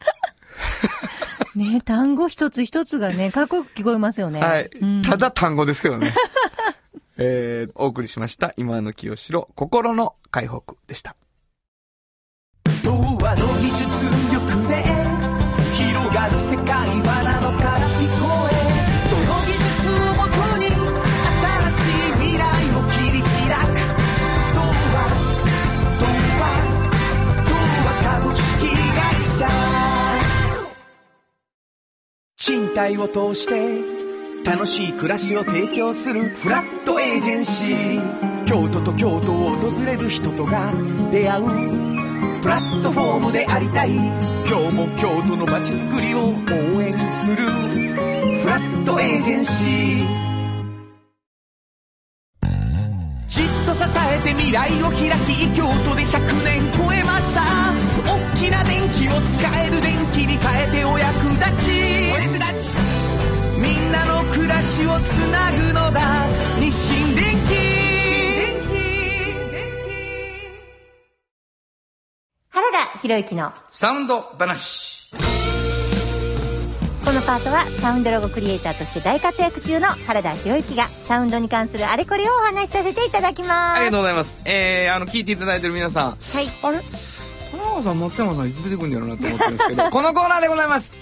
ね、単語一つ一つがね、かっこよく聞こえますよね。 はい。ただ単語ですけどね。お送りしました。今の清志郎、心の解放区でした。 童話の技術力で広がる世界はなのから聞こえ、その技術をもとに新しい未来を切り開く。童話株式会社。賃貸を通して楽しい暮らしを提供するフラットエージェンシー。京都と京都を訪れる人とが出会うプラットフォームでありたい。今日も京都の街づくりを応援するフラットエージェンシー。じっと支えて未来を開き、京都で100年超えました。大きな電気を使える電気に変えてお役立ち。みんなの暮らしをつなぐのだ、日清電気。 原田博之のサウンド話。 このパートはサウンドロゴクリエイターとして大活躍中の原田博之がサウンドに関するあれこれをお話しさせていただきます。 ありがとうございます。聞いていただいてる皆さん、はい、あれ田中さん松山さんいつ出てくるんだろうなと思ってるんですけどこのコーナーでございます。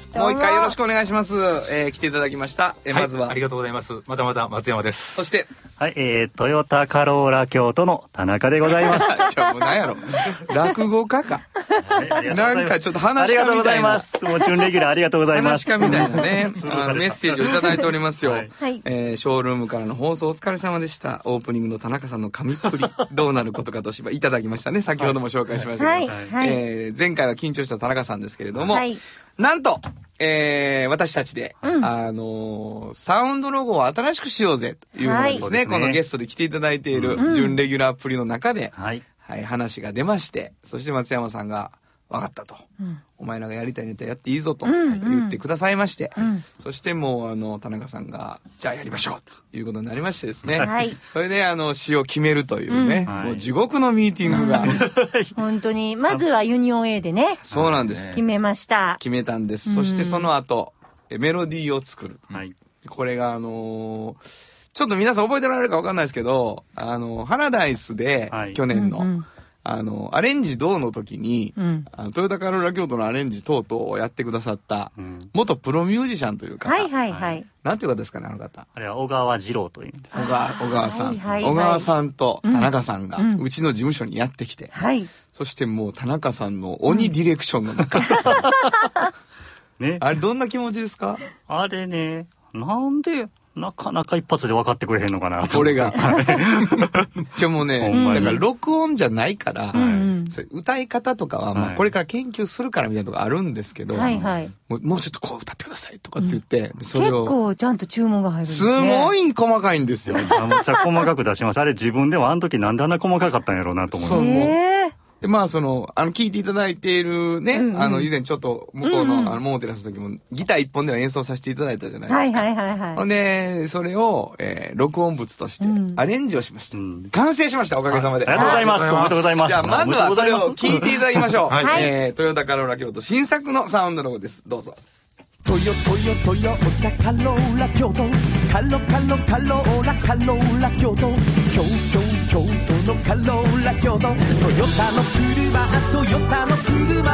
もう一回よろしくお願いします。来ていただきました。まずは。 ありがとうございます。またまた松山です。 そして。 はい、トヨタカローラ京都の田中でございます。 もう何やろ。落語家か。なんかちょっと話し家みたいな。 ありがとうございます。もう準レギュラーありがとうございます。 話し家みたいなね、メッセージをいただいておりますよ。はい、ショールームからの放送お疲れ様でした。オープニングの田中さんの神っぷり、どうなることかとしばいただきましたね。先ほども紹介しましたけど。前回は緊張した田中さんですけれども、なんと、私たちで、サウンドロゴを新しくしようぜというのをですね、このゲストで来ていただいている準レギュラーっぷりの中で、話が出まして、そして松山さんが、分かったと、お前らがやりたいネタやっていいぞと言ってくださいまして、そしてもう田中さんがじゃあやりましょうということになりましてですね、それで詩を決めるというね、もう地獄のミーティングが本当にまずはユニオン A でね、 そうなんです、 決めました。 決めたんです。そしてその後メロディーを作る、これがちょっと皆さん覚えてられるか分かんないですけど、ハラダイスで去年のアレンジどうの時に、トヨタカローラ京都のアレンジ等々をやってくださった、元プロミュージシャンという方。なんていう方ですかね、あの方。 あれは小川二郎というんです。 小川さん。小川さんと田中さんが、うちの事務所にやってきて、そしてもう田中さんの鬼ディレクションの中。ね。あれどんな気持ちですか？ あれね、なんで、なかなか一発で分かってくれへんのかな。 俺が。じゃもうね、だから録音じゃないから、それ歌い方とかは、まあこれから研究するからみたいなとこあるんですけど、もうちょっとこう歌ってくださいとかって言って、それを。 結構ちゃんと注文が入るんですね。 すごい細かいんですよ。 めちゃめちゃ細かく出します。あれ自分ではあの時なんであんな細かかったんやろうなと思います。 で、まあ聞いていただいているね、以前ちょっと向こうの、モーテラスの時もギター一本では演奏させていただいたじゃないですか。ほんで、それを、録音物としてアレンジをしました。完成しました、おかげさまで。 ありがとうございます。おめでとうございます。 じゃあ、まずはそれを聞いていただきましょう。トヨタカローラ京都新作のサウンドロゴです。どうぞ。 トヨタカローラ京都カローラ京都京都のカローラ京都トヨタの車トヨタの車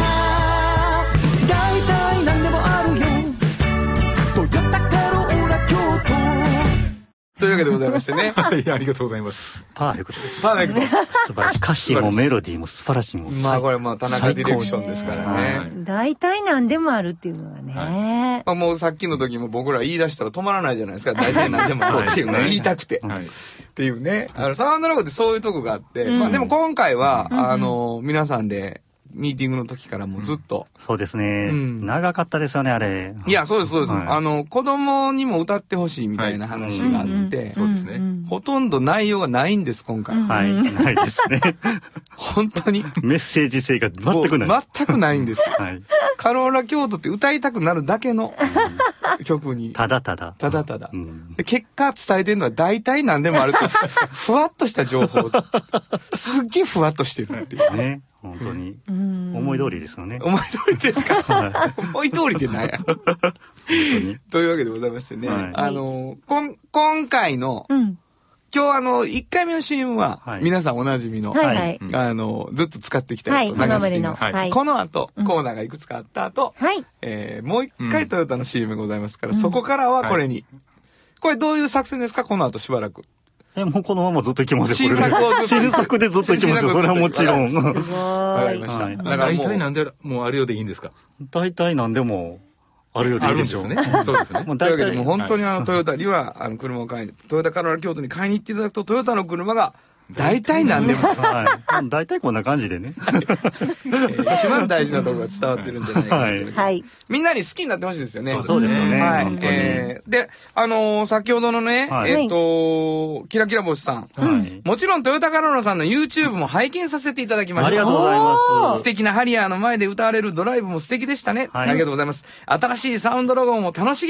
大体何でもあるよトヨタカローラ京都というわけでございましてね。 はい、ありがとうございます。 パーフェクトです。 パーフェクト。 素晴らしい。歌詞もメロディーも素晴らしいもん。 まあこれも田中ディレクションですからね。 大体何でもあるっていうのがね。 まあもうさっきの時も僕ら言い出したら止まらないじゃないですか。大体何でもあるっていうのを言いたくて。っていうね。サウンドロゴってそういうとこがあって。まあでも今回は、皆さんで、ミーティングの時からもずっと。 そうですね。長かったですよね、あれ。 いや、そうです、そうです。子供にも歌ってほしいみたいな話があって、 そうですね。 ほとんど内容がないんです、今回。 はい、ないですね。 本当に。 メッセージ性が全くない。 全くないんです。カローラ京都って歌いたくなるだけの曲に。 ただただ。 結果伝えてるのは大体何でもあるって、ふわっとした情報。すっげえふわっとしてるっていうね。本当に。思い通りですよね。 思い通りですか？思い通りって何や。というわけでございましてね。今回の、今日1回目の CM は、皆さんおなじみの、ずっと使ってきたやつを流しています。この後、コーナーがいくつかあった後、もう一回トヨタの CM がございますから、そこからはこれに。これどういう作戦ですか？この後しばらく。 もうこのままずっと行きますよ。 新作をずっと。 新作でずっと行きますよ。それはもちろん。 わかりました。 だから大体なんでもうあるようでいいんですか？ 大体なんでもあるようでいいでしょうね。 そうですね。 というわけでもう本当にトヨタには車を買いに、トヨタカローラ京都に買いに行っていただくとトヨタの車が大体何でも。 大体こんな感じでね。 一番大事なところが伝わってるんじゃないかな。はい。みんなに好きになってほしいですよね。 そうですよね。 はい。で、先ほどのね、キラキラ星さん。もちろんトヨタカローラさんの YouTube も拝見させていただきました。 ありがとうございます。 素敵なハリアーの前で歌われるドライブも素敵でしたね。ありがとうございます。新しいサウンドロゴも楽しげで、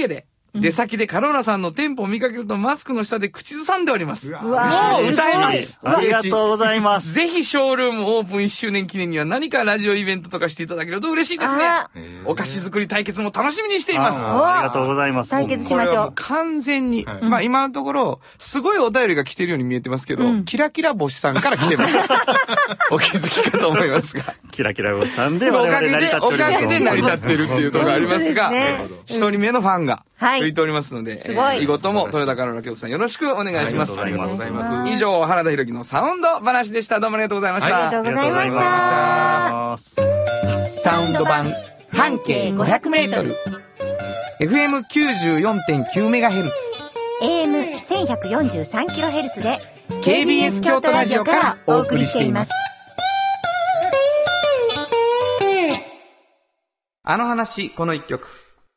出先でカローラさんの店舗を見かけるとマスクの下で口ずさんでおります。もう歌えます。 ありがとうございます。 ぜひショールームオープン1周年記念には何かラジオイベントとかしていただけると嬉しいですね。お菓子作り対決も楽しみにしています。 ありがとうございます。 対決しましょう。これはもう完全に、まあ今のところ、すごいお便りが来てるように見えてますけど、キラキラ星さんから来てます。お気づきかと思いますが。 キラキラ星さんでおかげで成り立ってるっていうところがありますが、一人目のファンがついておりますので、以後とも豊田カローラ京都さんよろしくお願いします。 ありがとうございます。 以上、原田裕之のサウンド話でした。どうもありがとうございました。 ありがとうございました。 サウンド版半径500メートル。FM94.9 メガヘルツ。 AM1143 キロヘルツで KBS 京都ラジオからお送りしています。あの話、この一曲。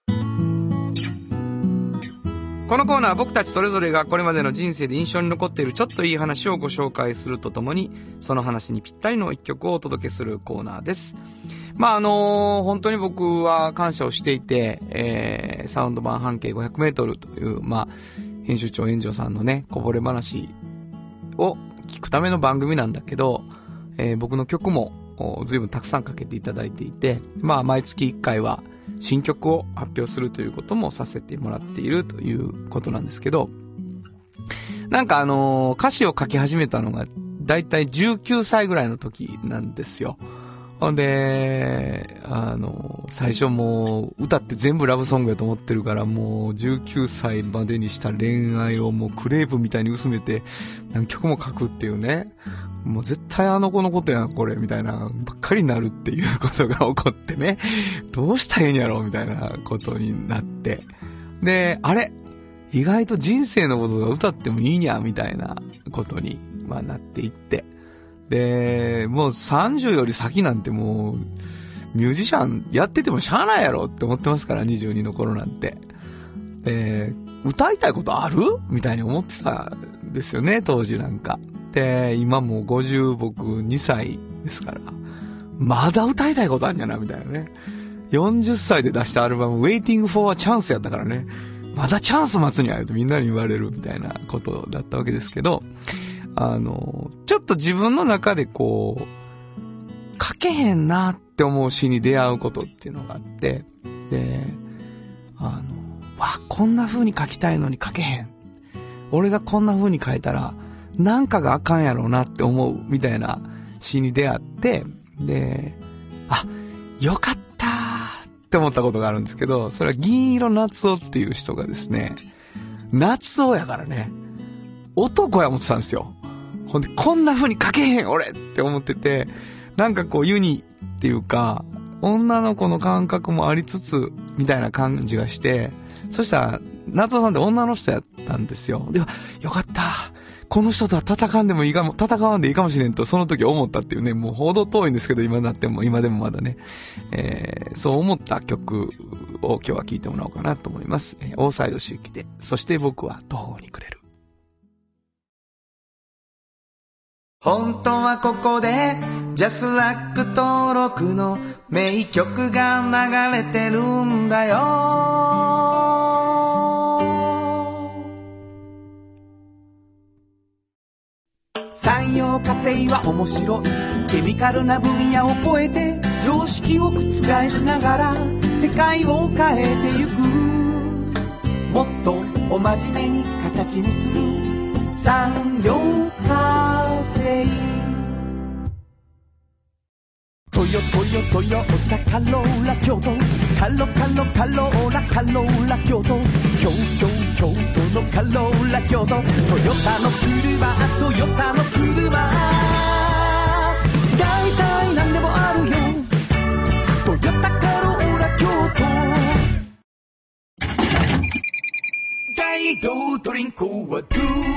このコーナーは僕たちそれぞれがこれまでの人生で印象に残っているちょっといい話をご紹介するとともに、その話にぴったりの一曲をお届けするコーナーです。まあ本当に僕は感謝をしていて、サウンド版半径500メートルという、まあ、編集長炎上さんのね、こぼれ話を聞くための番組なんだけど、僕の曲も随分たくさんかけていただいていて、まあ毎月1回は新曲を発表するということもさせてもらっているということなんですけど、なんか歌詞を書き始めたのがだいたい19歳ぐらいの時なんですよ。ほんで、最初もう歌って全部ラブソングやと思ってるから、もう19歳までにした恋愛をもうクレープみたいに薄めて何曲も書くっていうね、もう絶対あの子のことやんこれみたいなばっかりになるっていうことが起こってね、どうしたらいいんやろうみたいなことになって、で、あれ意外と人生のことが歌ってもいいにゃみたいなことに、まあ、なっていって、で、もう30より先なんてもうミュージシャンやっててもしゃあないやろって思ってますから、22の頃なんて。で、歌いたいことあるみたいに思ってたんですよね、当時なんか。で、今もう僕2歳ですから、まだ歌いたいことあるんやなみたいなね。40歳で出したアルバム Waiting for a Chance やったからね、まだチャンス待つにゃよとみんなに言われるみたいなことだったわけですけど、ちょっと自分の中でこう書けへんなって思う詩に出会うことっていうのがあって、で、こんな風に書きたいのに書けへん、俺がこんな風に書いたらなんかがあかんやろうなって思うみたいな詩に出会って、で、よかったって思ったことがあるんですけど、それは銀色夏男っていう人がですね、夏男やからね、男や思ってたんですよ。ほんで、こんな風に書けへん俺って思ってて、なんかこうユニっていうか、女の子の感覚もありつつ、みたいな感じがして、そしたら、夏男さんって女の人やったんですよ。で、よかった。この人とは戦わんでもいいかも、戦わんでいいかもしれんと、その時思ったっていうね、もうほど遠いんですけど、今でもまだね、そう思った曲を今日は聴いてもらおうかなと思います。大西良幸で、そして僕は途方に暮れる。本当はここでジャスラック登録の名曲が流れてるんだよ。 産業化成は面白いケミカルな分野を超えて常識を覆しながら世界を変えてゆく、もっとお真面目に形にする産業化成。トヨタカローラ京都、カローラ京都、京都のカローラ京都、トヨタの車、大体何でもあるよ、トヨタカローラ京都。大道ドリンクはドゥはド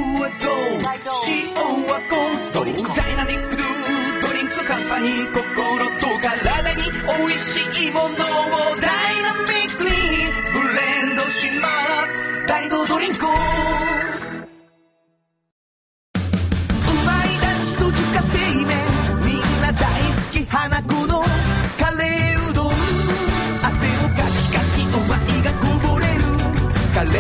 塩はコンソーダイナミックドゥドリンクカンパニー、心と体に美味しいものをダイナミックにブレンドします。大道ドリンク、うまいだしと自家製麺、みんな大好き花子のカレーうどん、汗をかきかきお前がこぼれるカレ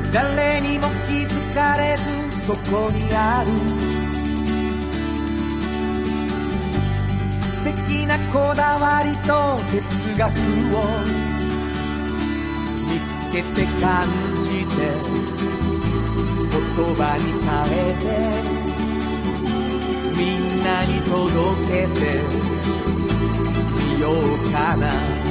誰にも気づかれずそこにある素敵なこだわりと哲学を見つけて感じて言葉に変えてみんなに届けてみようかな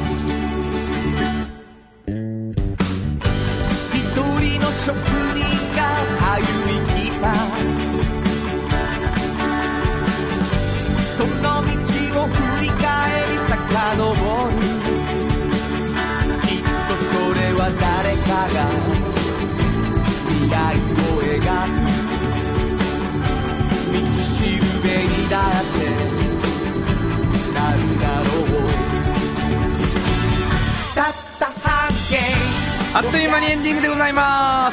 一人の職人が歩み来たその道を振り返り遡るきっとそれは誰かが未来を描く道しるべにだってなるだろうたった半径あっという間にエンディングでございます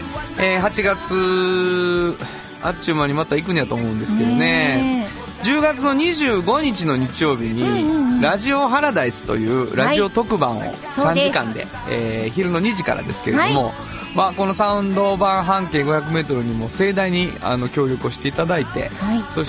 、8月あっちゅう間にまた行くんやと思うんですけどね10月の25日の日曜日にラジオハラダイスというラジオ特番を3時間で、昼の2時からですけれども、まあ、このサウンド版半径 500m にも盛大に協力をしていただいて、そして、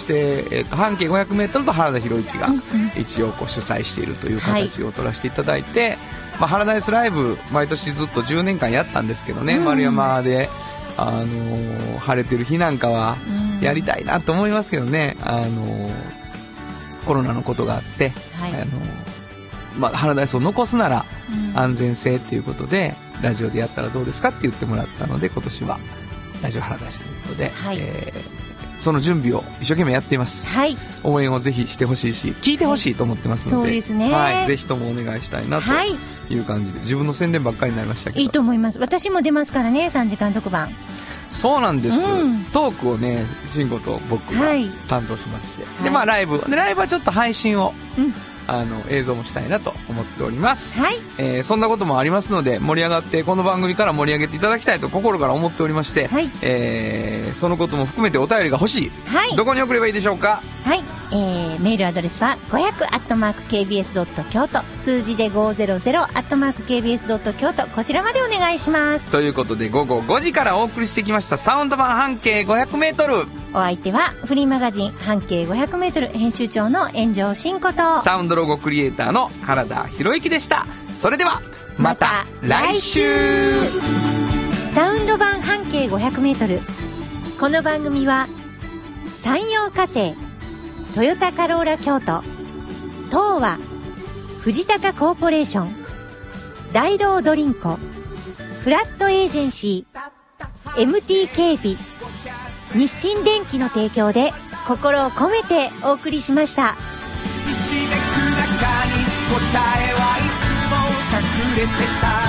半径 500m と原田博之が一応こう主催しているという形を取らせていただいて、まあ、ハラダイスライブ毎年ずっと10年間やったんですけどね、丸山で晴れてる日なんかはやりたいなと思いますけどね、コロナのことがあって、まあ、ハラダイスを残すなら安全性ということで、ラジオでやったらどうですかって言ってもらったので、今年はラジオハラダイスということで、その準備を一生懸命やっています、応援をぜひしてほしいし聞いてほしいと思ってますので、 そうですね、 ぜひともお願いしたいなという感じで、自分の宣伝ばっかりになりましたけど、 いいと思います。私も出ますからね、3時間特番。 そうなんです、トークをね慎吾と僕が担当しまして、でまあライブはちょっと配信を、映像もしたいなと思っております、そんなこともありますので、盛り上がってこの番組から盛り上げていただきたいと心から思っておりまして、そのことも含めてお便りが欲しい、どこに送ればいいでしょうか。 メールアドレスは 500@kbs. 京都、数字で 500@kbs. 京都、こちらまでお願いします。 ということで午後5時からお送りしてきましたサウンド版半径 500m、 お相手はフリーマガジン半径 500m 編集長の炎上真子とサウンドロゴクリエイターの原田博之でした。それではまた来週。 サウンド版半径 500m、 この番組は山陽火星、トヨタカローラ京都、東和、藤高コーポレーション、大道ドリンコ、フラットエージェンシー、MT 警備、日清電機の提供で心を込めてお送りしました。 ひしめく中に答えはいつも隠れてた。